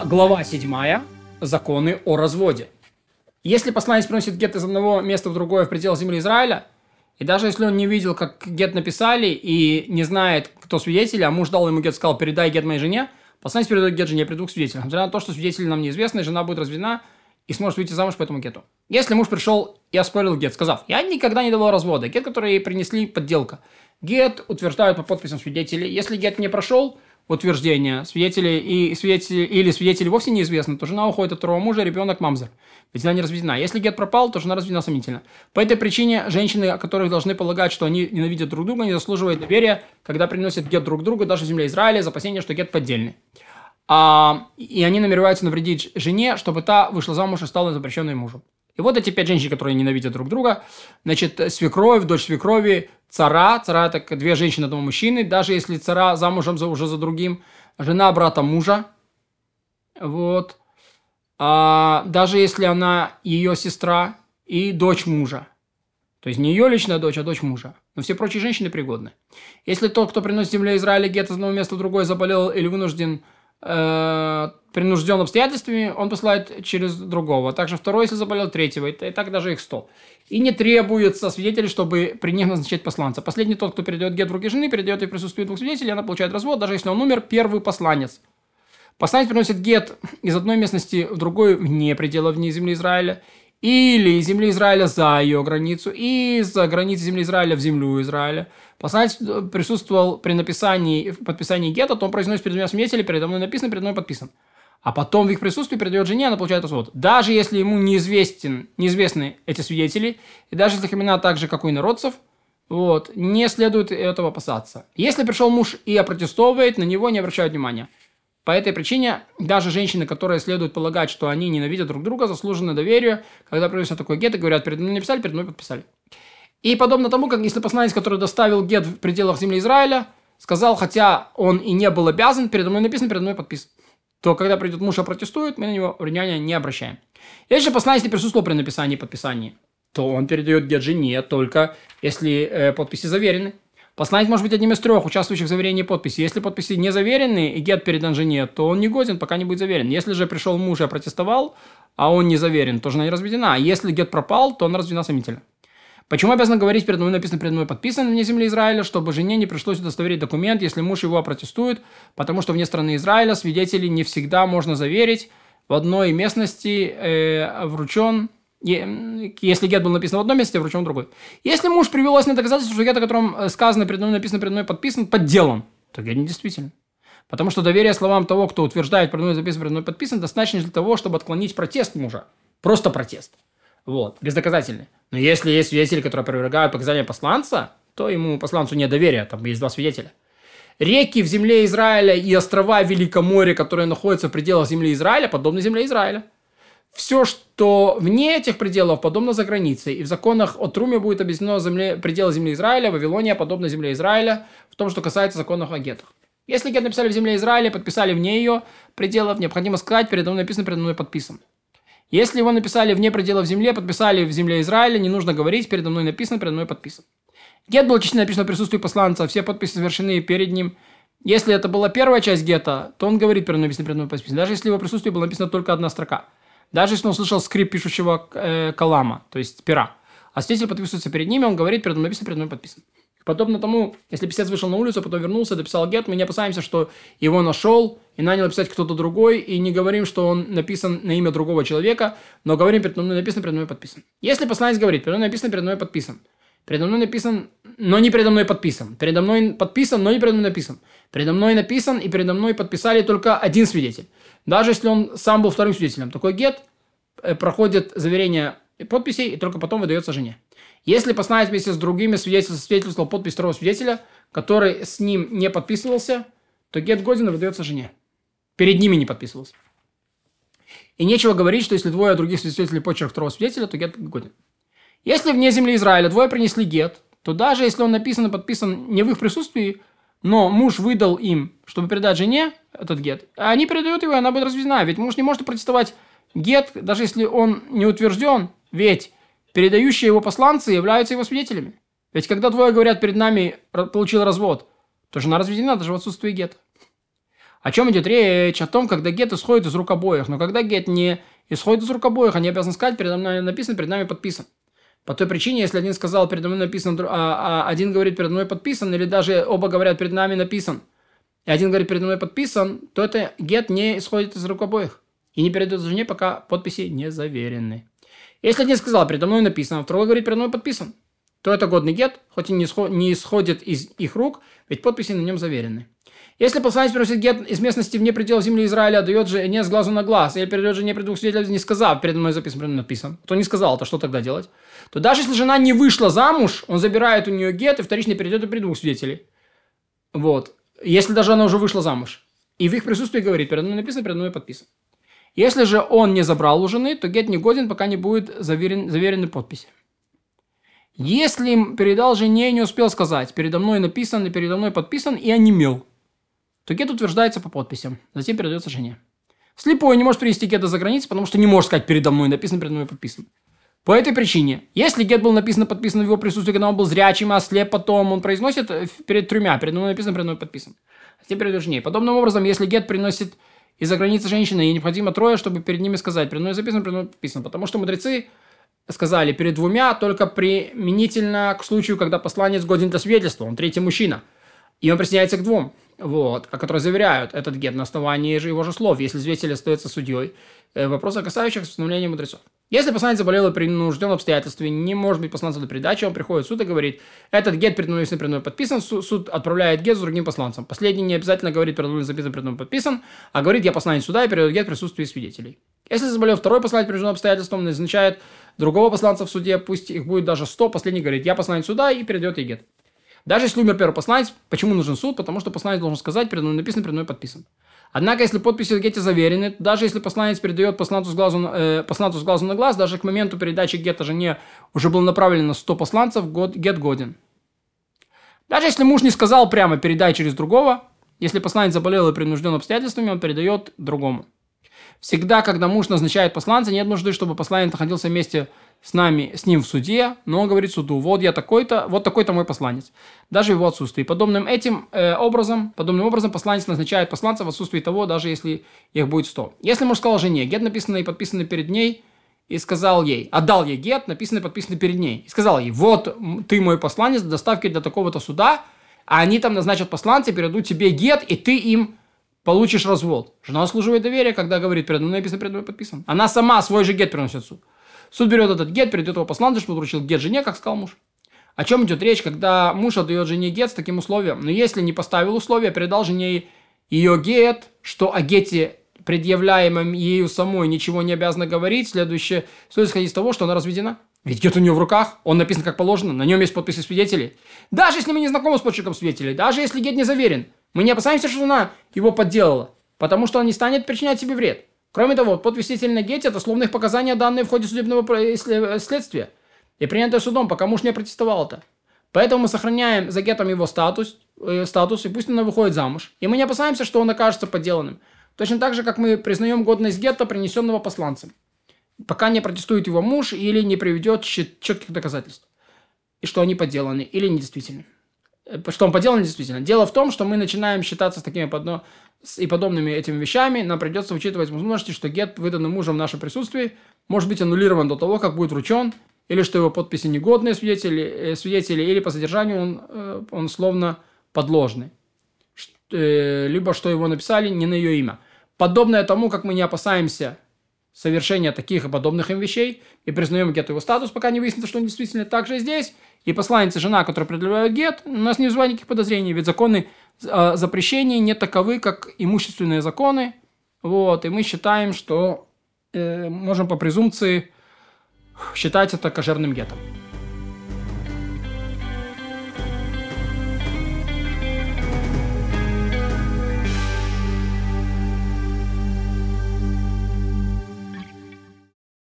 Глава 7. Законы о разводе. Если посланец приносит гет из одного места в другое в пределах земли Израиля, и даже если он не видел, как гет написали, и не знает, кто свидетель, а муж дал ему гет, сказал: передай гет моей жене, посланец передает гет жене при двух свидетелях. Несмотря на то, что свидетели нам неизвестны, жена будет разведена и сможет выйти замуж по этому гету. Если муж пришел и оспорил гет, сказав: я никогда не давал развода, гет, который ей принесли, подделка. Гет утверждают по подписям свидетелей. Если гет не прошел утверждение или свидетели вовсе неизвестны, то жена уходит от второго мужа, ребенок мамзер. Ведь она не разведена. Если гет пропал, то жена разведена сомнительно. По этой причине женщины, о которых должны полагать, что они ненавидят друг друга, не заслуживают доверия, когда приносят гет друг другу, даже в земле Израиля, из опасения, что гет поддельный. И они намереваются навредить жене, чтобы та вышла замуж и стала запрещенной мужу. И вот эти 5 женщин, которые ненавидят друг друга, значит, свекровь, дочь свекрови, цара это 2 женщины одного мужчины, даже если цара замужем уже за другим, жена брата мужа, вот, даже если она ее сестра и дочь мужа, то есть не ее личная дочь, а дочь мужа, но все прочие женщины пригодны. Если тот, кто приносит земле Израиля гет из одного места в другое, заболел или принужден обстоятельствами, он посылает через другого. Также второй, если заболел, третьего. И так даже их 100. И не требуется свидетелей, чтобы при них назначать посланца. Последний тот, кто передает гет в руки жены, передает ее в присутствии 2 свидетелей, она получает развод, даже если он умер, первый посланец. Посланец приносит гет из одной местности в другой вне пределов земли Израиля, или из земли Израиля за ее границу, и из границы земли Израиля в землю Израиля. Посланец присутствовал при подписании гета, то он произносит перед 2 свидетелей: передо мной написан, передо мной подписан. А потом в их присутствии передает жене, она получает развод. Даже если ему неизвестны эти свидетели, и даже если их имена так же, как у инородцев, не следует этого опасаться. Если пришел муж и опротестовывает, на него не обращают внимания. По этой причине даже женщины, которые следует полагать, что они ненавидят друг друга, заслужены доверию, когда приносят такой гет и говорят: передо мной написали, передо мной подписали. И подобно тому, как если посланец, который доставил гет в пределах земли Израиля, сказал, хотя он и не был обязан: передо мной написано, передо мной подписан, то когда придет муж и протестует, мы на него внимания не обращаем. Если же посланец не присутствовал при написании и подписании, то он передает гет жене только если подписи заверены. Посланец может быть одним из 3 участвующих в заверении подписи. Если подписи не заверены и гет передан жене, то он не годен, пока не будет заверен. Если же пришел муж и опротестовал, а он не заверен, то жена не разведена. А если гет пропал, то она разведена сомнительно. Почему обязан говорить: передо мной написано, передо мной подписан вне земли Израиля? Чтобы жене не пришлось удостоверить документ, если муж его опротестует, потому что вне страны Израиля свидетелей не всегда можно заверить. В одной местности вручен, если гет был написан в одном месте, вручен в другой. Если муж привелось на доказательство, что гет, о котором сказано передо мной написано, передо мной подписан, подделан, то гет недействителен. Потому что доверие словам того, кто утверждает: передо мной записан, передо мной подписан, достаточно для того, чтобы отклонить протест мужа. Просто протест. Бездоказательный. Но если есть свидетели, которые опровергают показания посланца, то посланцу нет доверия, там есть 2 свидетеля. Реки в земле Израиля и острова Великоморья, которые находятся в пределах земли Израиля, подобны земле Израиля. Все, что вне этих пределов, подобно за границей. И в законах о Труме будет объяснено пределы земли Израиля, Вавилония подобно земле Израиля, в том, что касается законов о гетах. Если гет написали в земле Израиля, подписали вне ее пределов, необходимо сказать: передо мной написано, передо мной подписан. Если его написали вне пределов земли, подписали в земле Израиля, не нужно говорить: передо мной написано, передо мной подписан. Гет был частично написан в присутствии посланца, все подписи совершены перед ним. Если это была первая часть гета, то он говорит: передо мной написано, передо мной подписан. Даже если в его присутствии была написана только 1 строка. Даже если он слышал скрип пишущего калама, то есть пера. А свидетель подписывается перед ними, он говорит: передо мной написано, передо мной подписан. Подобно тому, если писец вышел на улицу, потом вернулся, дописал гет, мы не опасаемся, что его нашел и нанял писать кто-то другой, и не говорим, что он написан на имя другого человека, но говорим: передо мной написано, передо мной подписан. Если посланец говорит: передо мной написано, передо мной подписан, передо мной написан, но не передо мной подписан, передо мной подписан, но не передо мной написан, передо мной написан и передо мной подписали только 1 свидетель, даже если он сам был 2 свидетелем, такой гет проходит заверение подписей и только потом выдается жене. Если посланец вместе с другими свидетельствовал подпись 2 свидетеля, который с ним не подписывался, то гет годен и выдается жене. Перед ними не подписывался. И нечего говорить, что если 2 других свидетелей почерк 2 свидетеля, то гет годен. Если вне земли Израиля 2 принесли гет, то даже если он написан и подписан не в их присутствии, но муж выдал им, чтобы передать жене этот гет, а они передают его, и она будет разведена. Ведь муж не может протестовать гет, даже если он не утвержден, ведь передающие его посланцы являются его свидетелями. Ведь когда 2 говорят: перед нами получил развод, то жена разведена даже в отсутствии гета. О чем идет речь? О том, когда гет исходит из рук обоих. Но когда гет не исходит из рук обоих, они обязаны сказать, передо мной написан, перед нами подписан. По той причине, если один сказал, передо мной написан, а один говорит, передо мной подписан, или даже оба говорят, перед нами написан, и один говорит, передо мной подписан, то это гет не исходит из рук обоих. И не передается жене, пока подписи не заверены. Если один сказал, передо мной написан, а второй говорит, передо мной подписан, то это годный гет, хоть и не исходит из их рук, ведь подписи на нем заверены. Если посланец приносит гет из местности вне пределов земли Израиля, дает жене с глазу на глаз, или передает жене при двух свидетелях, не сказав, передо мной записан, передо мной написан, то не сказал, то что тогда делать? То даже если жена не вышла замуж, он забирает у нее гет и вторично передает при двух свидетелей. Вот. Если даже она уже вышла замуж. И в их присутствии говорит, передо мной написан, передо мной подписан. Если же он не забрал у жены, то гет не годен, пока не будет заверены подписи. Если им передал жене и не успел сказать, передо мной написан и передо мной подписан, и онемел, то гет утверждается по подписям, затем передается жене. Слепой не может принести гет за границу, потому что не может сказать передо мной написан, передо мной подписан. По этой причине, если гет был написан и подписан в его присутствии, когда он был зрячим, а слеп потом, он произносит перед тремя, передо мной написан, передо мной подписан. Затем передает жене. Подобным образом, если гет приносит из-за границы женщины, ей необходимо трое, чтобы перед ними сказать, передо мной записан, передо мной подписан. Потому что мудрецы сказали перед двумя только применительно к случаю, когда посланец годен для свидетельства, он третий мужчина, и он присоединяется к двум. Вот, которые заверяют этот гет на основании же его же слов, если свидетель остается судьей. Вопросы, касающихся установления мудрецов. Если посланец заболел при принужденном обстоятельстве, не может быть посланцем до передачи, он приходит в суд и говорит, этот гет передо мной подписан, суд отправляет гет с другим посланцем. Последний не обязательно говорит, передо мной записан, передо мной подписан, а говорит, я посланец суда и передает гет в присутствии свидетелей. Если заболел второй посланец при принужденном обстоятельстве, он назначает другого посланца в суде, пусть их будет даже 100, последний говорит, я посланец суда и передает ей гет. Даже если умер первый посланец, почему нужен суд? Потому что посланец должен сказать, передо мной написан, передо мной подписан. Однако, если подписи в гете заверены, даже если посланец передает посланцу с глазу на глаз, даже к моменту передачи гета жене уже было направлено 100 посланцев, гет годен. Даже если муж не сказал прямо «передай через другого», если посланец заболел и принужден обстоятельствами, он передает другому. Всегда, когда муж назначает посланца, нет нужды, чтобы посланец находился вместе с ним в суде, но он говорит суду, вот я такой-то, вот такой-то мой посланец. Даже в его отсутствии. Подобным образом посланец назначает посланца в отсутствии того, даже если их будет 100. Если муж сказал жене, гет написанный и подписанный перед ней, и сказал ей, отдал ей гет, написанный и подписанный перед ней, и сказал ей, вот ты мой посланец, доставки для такого-то суда, а они там назначат посланца, передадут тебе гет, и ты им получишь развод. Жена заслуживает доверия, когда говорит, передо мной написан, передо мной подписан. Она сама свой же гет приносит в суд. Суд берет этот гет, передает его посланцу, чтобы вручил гет жене, как сказал муж. О чем идет речь, когда муж отдает жене гет с таким условием? Но если не поставил условия, передал жене ее гет, что о гете, предъявляемом ею самой, ничего не обязана говорить, следует исходить из того, что она разведена. Ведь гет у нее в руках, он написан как положено, на нем есть подписи свидетелей. Даже если мы не знакомы с подчерком свидетелей, даже если гет не заверен, мы не опасаемся, что она его подделала, потому что он не станет причинять себе вред. Кроме того, подпись свидетеля на гете – это словные показания, данные в ходе судебного следствия и принятые судом, пока муж не протестовал это. Поэтому мы сохраняем за гетом его статус, и пусть она выходит замуж. И мы не опасаемся, что он окажется подделанным. Точно так же, как мы признаем годность гета, принесенного посланцем, пока не протестует его муж или не приведет четких доказательств, и что они подделаны или недействительны. Что он подделан действительно. Дело в том, что мы начинаем считаться с такими и подобными этими вещами. Нам придется учитывать возможности, что гет, выданный мужем в нашем присутствии, может быть аннулирован до того, как будет вручен, или что его подписи негодные свидетели или по содержанию он словно подложный. Либо что его написали не на ее имя. Подобное тому, как мы не опасаемся совершения таких и подобных им вещей и признаем гет его статус, пока не выяснится, что он действительно так же здесь. И посланец и жена, которые предъявляют гет, у нас не вызывает никаких подозрений, ведь законы запрещений не таковы, как имущественные законы. Вот, и мы считаем, что можем по презумпции считать это кошерным гетом.